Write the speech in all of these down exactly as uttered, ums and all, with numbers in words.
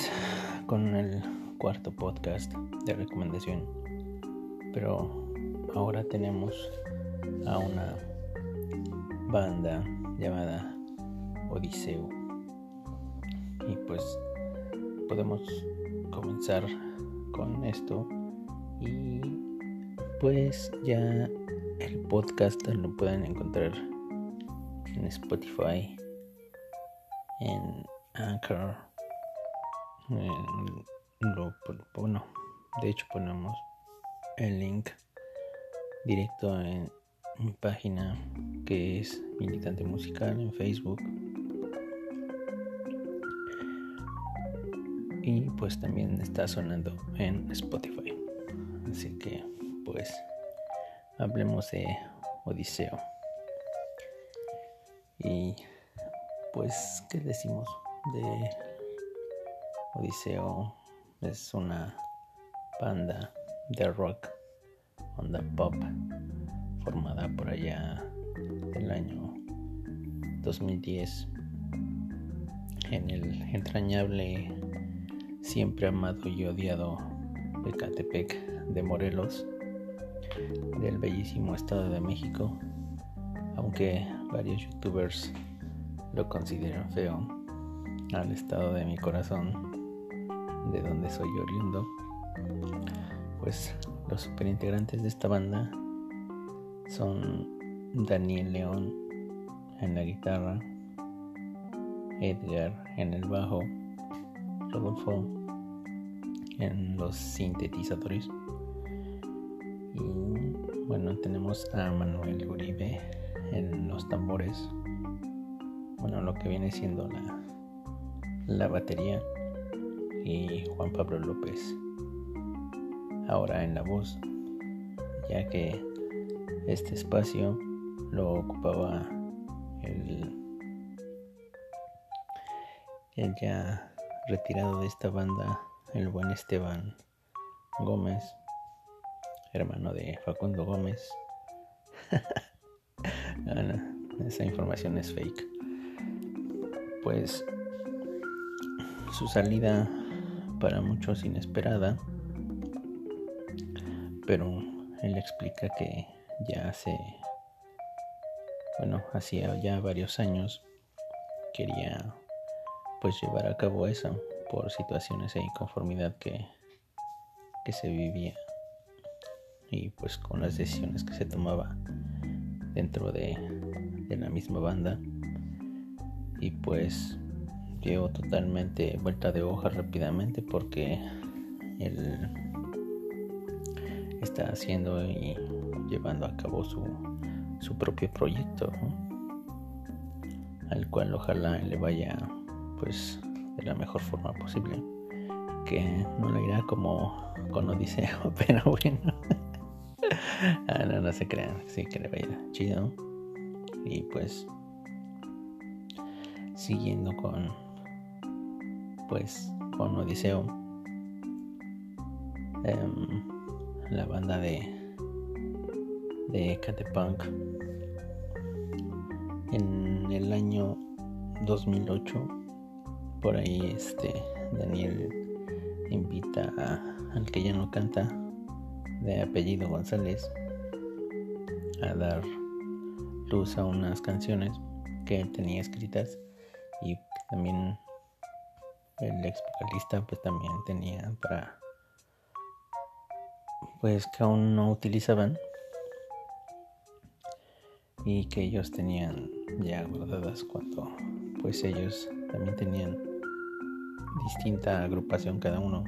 pues con el cuarto podcast de recomendación, pero ahora tenemos a una banda llamada Odiseo y pues podemos comenzar con esto. Y pues ya el podcast lo pueden encontrar en Spotify, en Anchor, en lo, bueno, de hecho ponemos el link directo en mi página que es Militante Musical en Facebook, y pues también está sonando en Spotify. Así que pues hablemos de Odiseo. Y pues, ¿qué decimos de Odiseo? Es una banda de rock, onda pop, formada por allá del año dos mil diez en el entrañable, siempre amado y odiado Ecatepec de Morelos, del bellísimo Estado de México, aunque varios youtubers lo consideran feo, al estado de mi corazón, de donde soy oriundo. Pues los superintegrantes de esta banda son Daniel León en la guitarra, Edgar en el bajo, Rodolfo en los sintetizadores, y bueno, tenemos a Manuel Uribe en los tambores, bueno, lo que viene siendo la, la batería, y Juan Pablo López ahora en la voz, ya que este espacio lo ocupaba el, el ya retirado de esta banda, el buen Esteban Gómez, hermano de Facundo Gómez. No, no, esa información es fake. Pues su salida para muchos inesperada, pero él explica que ya hace, bueno, hacía ya varios años quería pues llevar a cabo eso por situaciones de inconformidad que, que se vivía, y pues con las decisiones que se tomaba dentro de, de la misma banda, y pues dio totalmente vuelta de hoja rápidamente porque él está haciendo y llevando a cabo su, su propio proyecto, ¿no? Al cual ojalá le vaya pues de la mejor forma posible, que no le irá como con Odiseo, pero bueno. ah, no, no se crean, sí que le vaya chido. Y pues siguiendo con pues con Odiseo, um, la banda de de Ecatepunk en el año dos mil ocho, por ahí este Daniel invita a, al que ya no canta, de apellido González, a dar luz a unas canciones que él tenía escritas, y también el ex vocalista pues también tenía para pues que aún no utilizaban, y que ellos tenían ya guardadas cuando pues ellos también tenían distinta agrupación cada uno,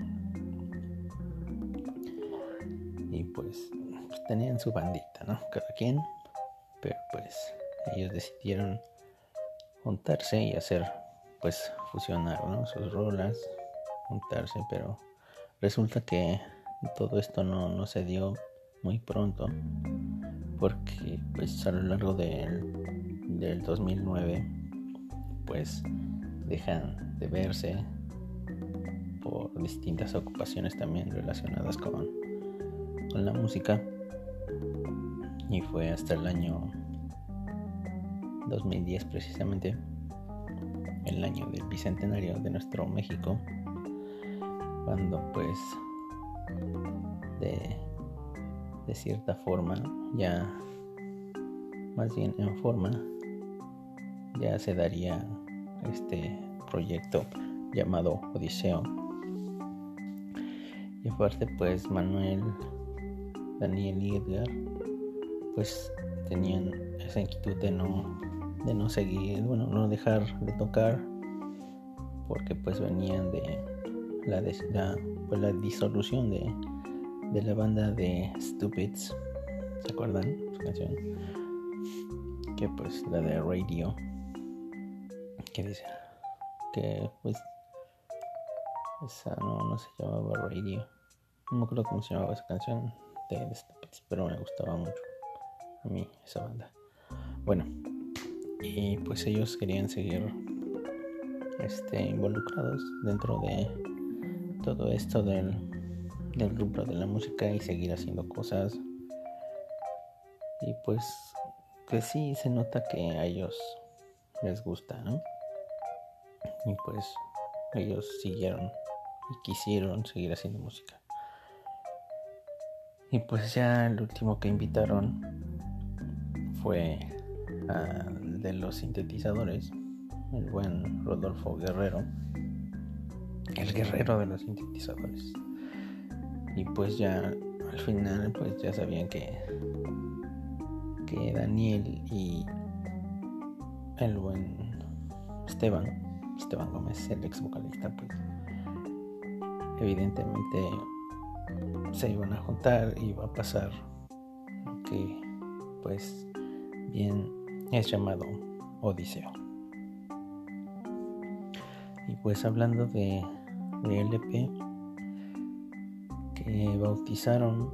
y pues, pues tenían su bandita, ¿no? Cada quien, pero pues ellos decidieron juntarse y hacer pues fusionar, ¿no? Sus rolas, juntarse, pero resulta que todo esto no, no se dio muy pronto, porque pues a lo largo del, del dos mil nueve pues dejan de verse por distintas ocupaciones también relacionadas con, con la música, y fue hasta el año dos mil diez precisamente, el año del bicentenario de nuestro México, cuando pues de, de cierta forma, ya más bien en forma, ya se daría este proyecto llamado Odiseo. Y aparte pues Manuel, Daniel y Edgar pues tenían esa inquietud de no de no seguir, bueno, no dejar de tocar, porque pues venían de la, de, la, pues, la disolución de, de la banda de Stupids, ¿se acuerdan? Su canción, que pues la de Radio, que dice que pues esa no, no se llamaba Radio, no me acuerdo cómo se llamaba esa canción de, de Stupids, pero me gustaba mucho a mí esa banda. Bueno, y pues ellos querían seguir este, involucrados dentro de todo esto del, del rubro de la música y seguir haciendo cosas. Y pues que sí se nota que a ellos les gusta, ¿no? Y pues ellos siguieron y quisieron seguir haciendo música. Y pues ya el último que invitaron fue al de los sintetizadores, el buen Rodolfo Guerrero, el guerrero de los sintetizadores. Y pues ya al final pues ya sabían que que Daniel y el buen Esteban Esteban Gómez, el ex vocalista, pues evidentemente se iban a juntar y iba a pasar lo que pues bien es llamado Odiseo. Y pues hablando de, de L P que bautizaron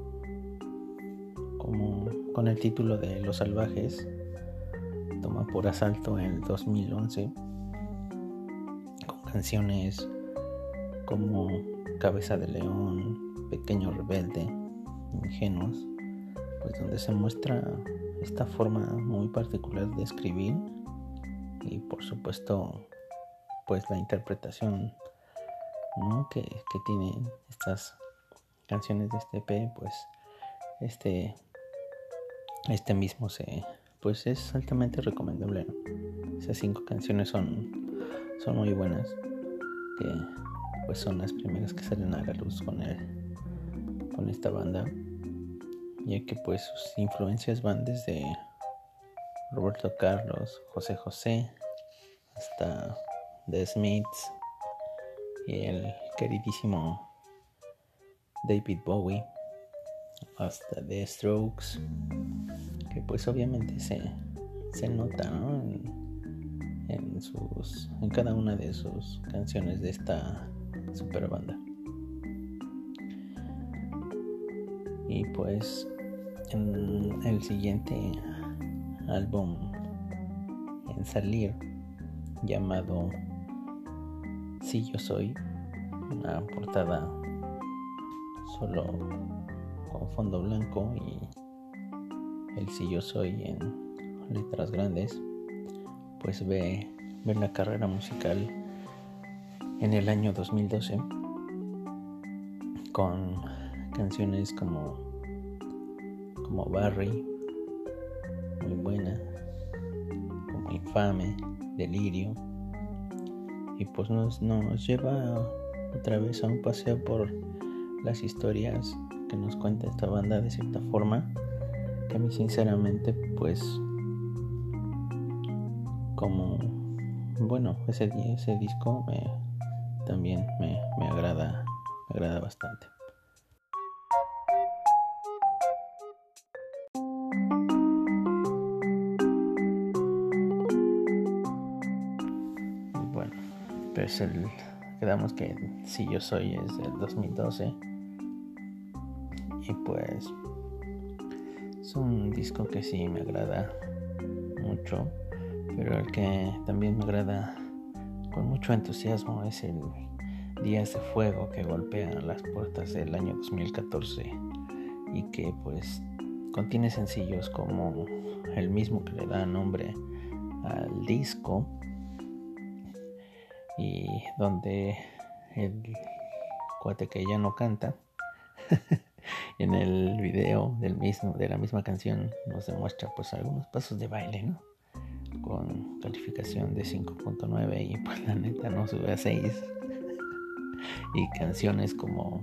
como con el título de Los Salvajes, toma por asalto en el dos mil once, con canciones como Cabeza de León, Pequeño Rebelde, Ingenuos, pues donde se muestra esta forma muy particular de escribir y por supuesto pues la interpretación, ¿no? que, que tienen estas canciones de este E P, pues este este mismo se pues es altamente recomendable, ¿no? Esas cinco canciones son son muy buenas, que pues son las primeras que salen a la luz con el con esta banda, ya que pues sus influencias van desde Roberto Carlos, José José, hasta The Smiths y el queridísimo David Bowie, hasta The Strokes, que pues obviamente se, se nota, ¿no? en, en sus en cada una de sus canciones de esta super banda. Y pues en el siguiente álbum en salir, llamado Sí Yo Soy, una portada solo con fondo blanco y el Sí Yo Soy en letras grandes, pues ve, ve la carrera musical en el año dos mil doce con canciones como como Barry, muy buena, como Infame, Delirio, y pues nos, nos lleva otra vez a un paseo por las historias que nos cuenta esta banda de cierta forma, que a mí sinceramente pues como bueno ese, ese disco me, también me, me agrada me agrada bastante. Bueno, pues el, quedamos que Si Yo Soy es del dos mil doce y pues es un disco que sí me agrada mucho, pero el que también me agrada con mucho entusiasmo es el Días de Fuego, que golpea las puertas del año dos mil catorce y que pues contiene sencillos como el mismo que le da nombre al disco, y donde el, cuate que ya no canta. En el video del mismo, de la misma canción nos demuestra pues algunos pasos de baile, ¿no? Con calificación de cinco punto nueve y pues la neta no sube a seis. Y canciones como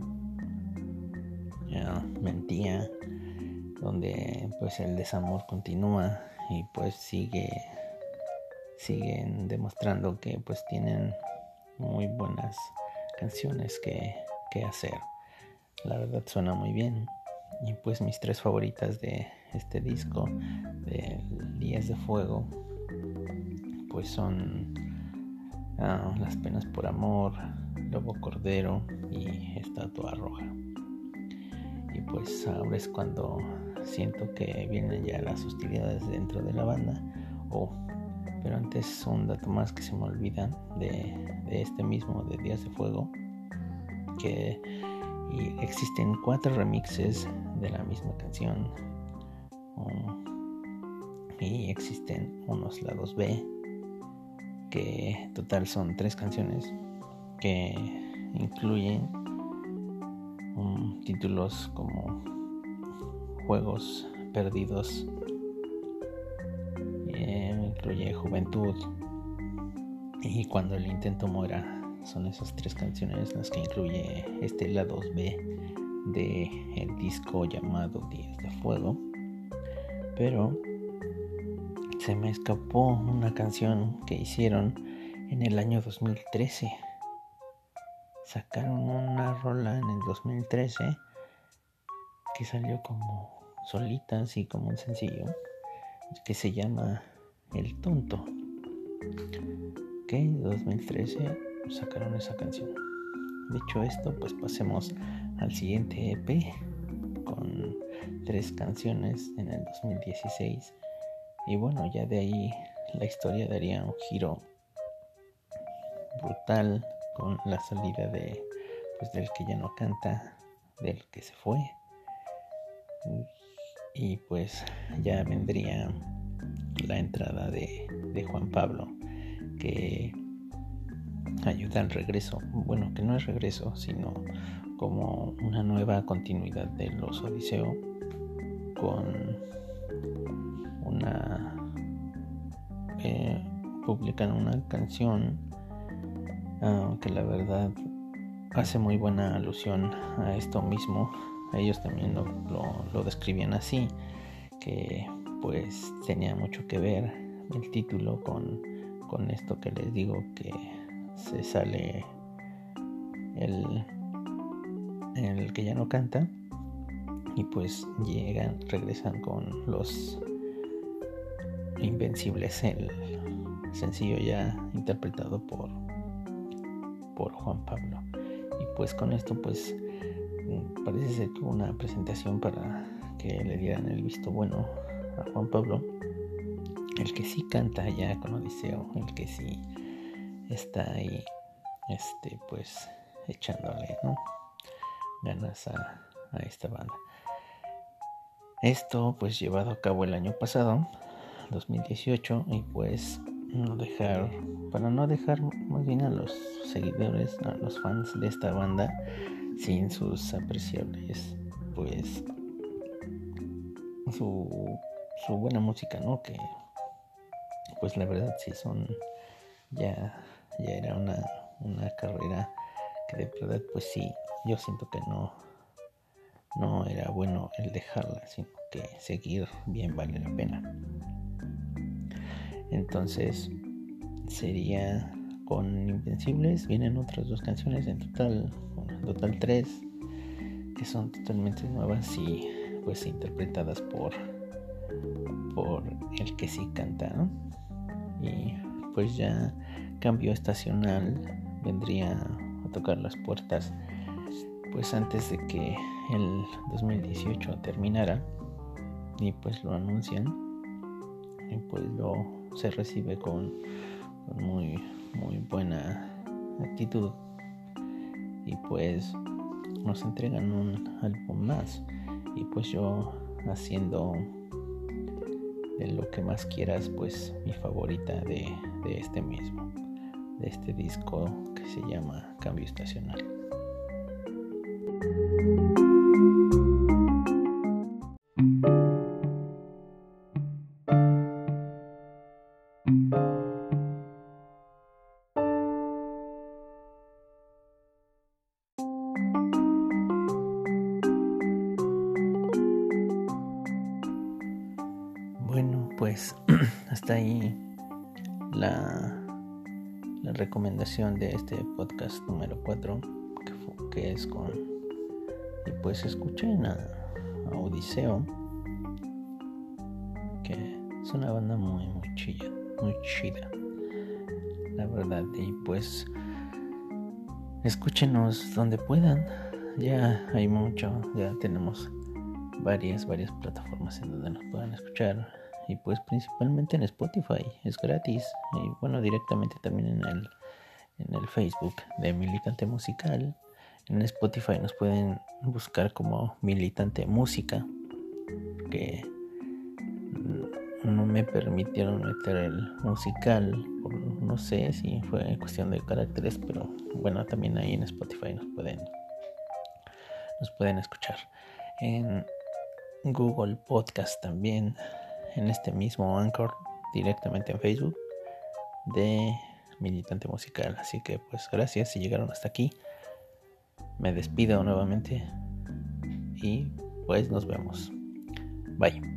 uh, Mentía, donde pues el desamor continúa y pues sigue siguen demostrando que pues tienen muy buenas canciones que, que hacer. La verdad suena muy bien. Y pues mis tres favoritas de este disco de Días de Fuego pues son uh, Las Penas por Amor, Lobo Cordero y Estatua Roja. Y pues ahora es cuando siento que vienen ya las hostilidades dentro de la banda. Oh, pero antes un dato más que se me olvida de, de este mismo de Días de Fuego, que y existen cuatro remixes de la misma canción, um, y existen unos lados B, que total son tres canciones que incluyen um, títulos como Juegos Perdidos, eh, incluye Juventud y Cuando el Intento Muera. Son esas tres canciones las que incluye este lado B de el disco llamado Días de Fuego. Pero se me escapó una canción que hicieron en el año dos mil trece. Sacaron una rola en el dos mil trece que salió como solita, así como un sencillo, que se llama El Tonto. Que en dos mil trece sacaron esa canción. Dicho esto, pues pasemos al siguiente E P con tres canciones en el dos mil dieciséis. Y bueno, ya de ahí la historia daría un giro brutal con la salida de pues del que ya no canta, del que se fue. Y pues ya vendría la entrada de, de Juan Pablo, que ayuda al regreso, bueno, que no es regreso, sino como una nueva continuidad de Los Odiseo, con una eh, publican una canción uh, que la verdad hace muy buena alusión a esto mismo. Ellos también lo, lo, lo describían así, que pues tenía mucho que ver el título con, con esto que les digo, que se sale el, el que ya no canta y pues llegan, regresan con Los Invencibles, el sencillo ya interpretado por, por Juan Pablo. Y pues con esto pues parece ser que hubo una presentación para que le dieran el visto bueno a Juan Pablo, el que sí canta ya con Odiseo, el que sí está ahí, este, pues echándole, ¿no?, ganas a, a esta banda. Esto pues llevado a cabo el año pasado, dos mil dieciocho, y pues no dejar, para no dejar más bien a los seguidores, a los fans de esta banda sin sus apreciables, pues su, su buena música, ¿no? Que pues la verdad sí son, ya, ya era una, una carrera que de verdad pues sí, yo siento que no, no era bueno el dejarla, sino que seguir bien vale la pena. Entonces sería con Invencibles, vienen otras dos canciones en total, bueno, en total tres, que son totalmente nuevas y pues interpretadas por por el que sí canta, ¿no? Y pues ya Cambio Estacional vendría a tocar las puertas pues antes de que el dos mil dieciocho terminara, y pues lo anuncian y pues lo se recibe con, con muy muy buena actitud, y pues nos entregan un álbum más, y pues yo haciendo de Lo Que Más Quieras pues mi favorita de, de este mismo, de este disco que se llama Cambio Estacional. pues hasta ahí la, la recomendación de este podcast número cuatro, que, fue, que es con, y pues escuchen a, a Odiseo, que es una banda muy muy chida, muy chida, la verdad. Y pues escúchenos donde puedan, ya hay mucho, ya tenemos varias varias plataformas en donde nos puedan escuchar, y pues principalmente en Spotify, es gratis, y bueno, directamente también en el en el Facebook de Militante Musical. En Spotify nos pueden buscar como Militante Música, que no me permitieron meter el musical, por, no sé si fue cuestión de caracteres, pero bueno, también ahí en Spotify nos pueden nos pueden escuchar. En Google Podcast también, en este mismo Anchor, directamente en Facebook de Militante Musical. Así que pues gracias si llegaron hasta aquí. Me despido nuevamente y pues nos vemos. Bye.